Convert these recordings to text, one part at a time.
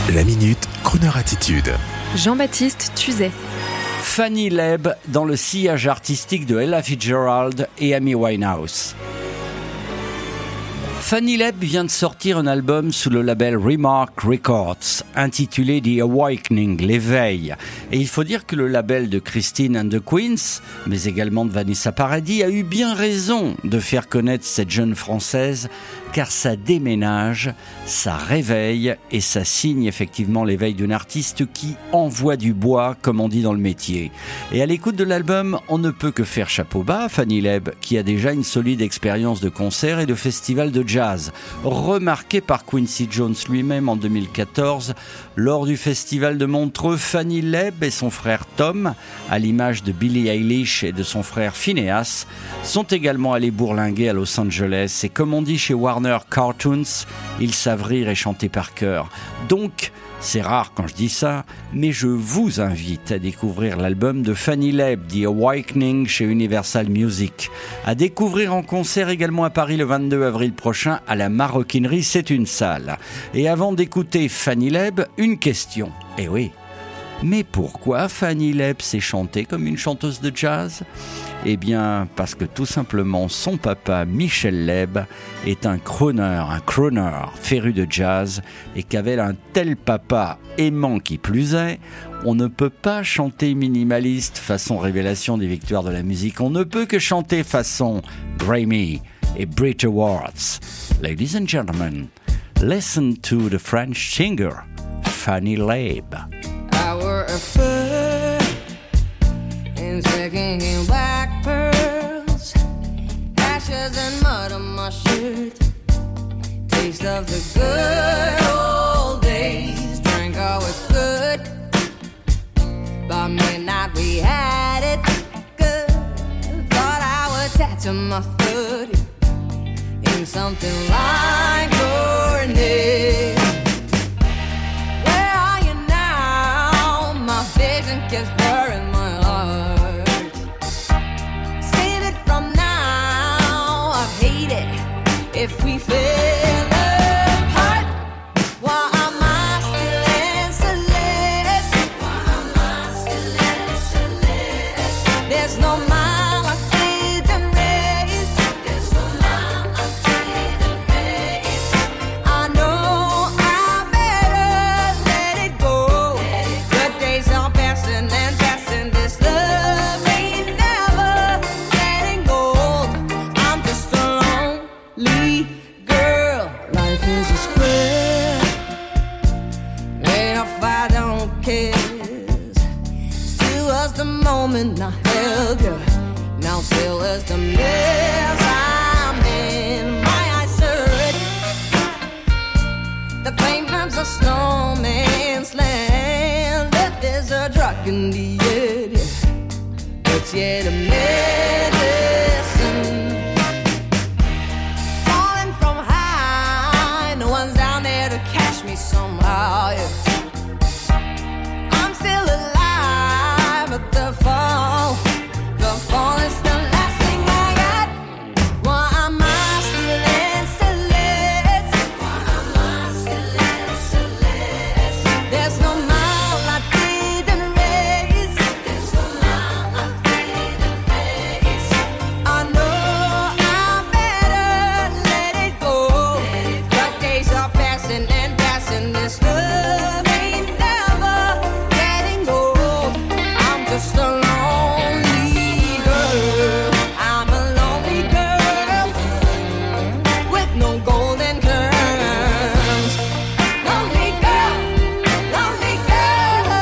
La Minute Crooner Attitude. Jean-Baptiste Tuzet. Fanny Leb dans le sillage artistique de Ella Fitzgerald et Amy Winehouse. Fanny Leb vient de sortir un album sous le label Remark Records, intitulé The Awakening, l'éveil. Et il faut dire que le label de Christine and the Queens, mais également de Vanessa Paradis, a eu bien raison de faire connaître cette jeune Française, car ça déménage, ça réveille et ça signe effectivement l'éveil d'une artiste qui envoie du bois, comme on dit dans le métier. Et à l'écoute de l'album, on ne peut que faire chapeau bas à Fanny Leb, qui a déjà une solide expérience de concert et de festival de jazz, remarqué par Quincy Jones lui-même en 2014 lors du festival de Montreux. Fanny Leb et son frère Tom, à l'image de Billie Eilish et de son frère Phineas, sont également allés bourlinguer à Los Angeles. Et comme on dit chez Warner Cartoons, ils savent rire et chanter par cœur. Donc, c'est rare quand je dis ça, mais je vous invite à découvrir l'album de Fanny Leb, The Awakening, chez Universal Music. À découvrir en concert également à Paris le 22 avril prochain à la Maroquinerie, c'est une salle. Et avant d'écouter Fanny Leb, une question. Eh oui, mais pourquoi Fanny Leb s'est chantée comme une chanteuse de jazz ? Eh bien, parce que tout simplement, son papa, Michel Leb, est un crooner féru de jazz, et qu'avec un tel papa aimant qui plus est, on ne peut pas chanter minimaliste façon révélation des victoires de la musique. On ne peut que chanter façon Grammy et Brit Awards. Ladies and gentlemen, listen to the French singer, Fanny Leb. Our affair in secondhand black pearls, ashes and mud on my shirt, taste of the good old days, drank all was good, by midnight we had it good, thought I would tattoo my foot in something like your name. Keeps blurring my heart. Save it from now. I hate it if we fell apart. Why am I still answerless? Why am I still answerless? There's no mile I didn't raise. There's no mile I didn't raise. I know I better let it go. Good days are passing and passing. This love ain't never letting go. I'm just a lonely girl. Life is a square made of I don't care. Still was the moment I held you. Now still is the mess I'm in. My eyes hurt. The pavement's a snowman's land. There's a drug in the air, it's yet a medicine. Falling from high, no one's down there to catch me somehow. Yeah. I'm still alive, but the fall is the last thing I got. Why am I still answerless? Why am I still answerless? There's no mile I didn't raise. There's no mile I didn't raise. I know I better let it go. But days are passing and passing. This love ain't never letting go. I'm just a lonely girl. I'm a lonely girl with no golden curls. Lonely girl, lonely girl.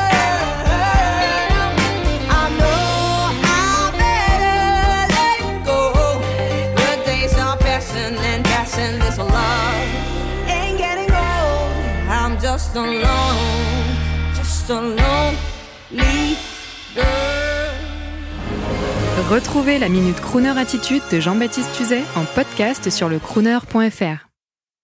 I know I better let it go. Good days are passing and passing. This love ain't getting old. I'm just a lonely girl. Retrouvez la Minute Crooner Attitude de Jean-Baptiste Tuzet en podcast sur le crooner.fr.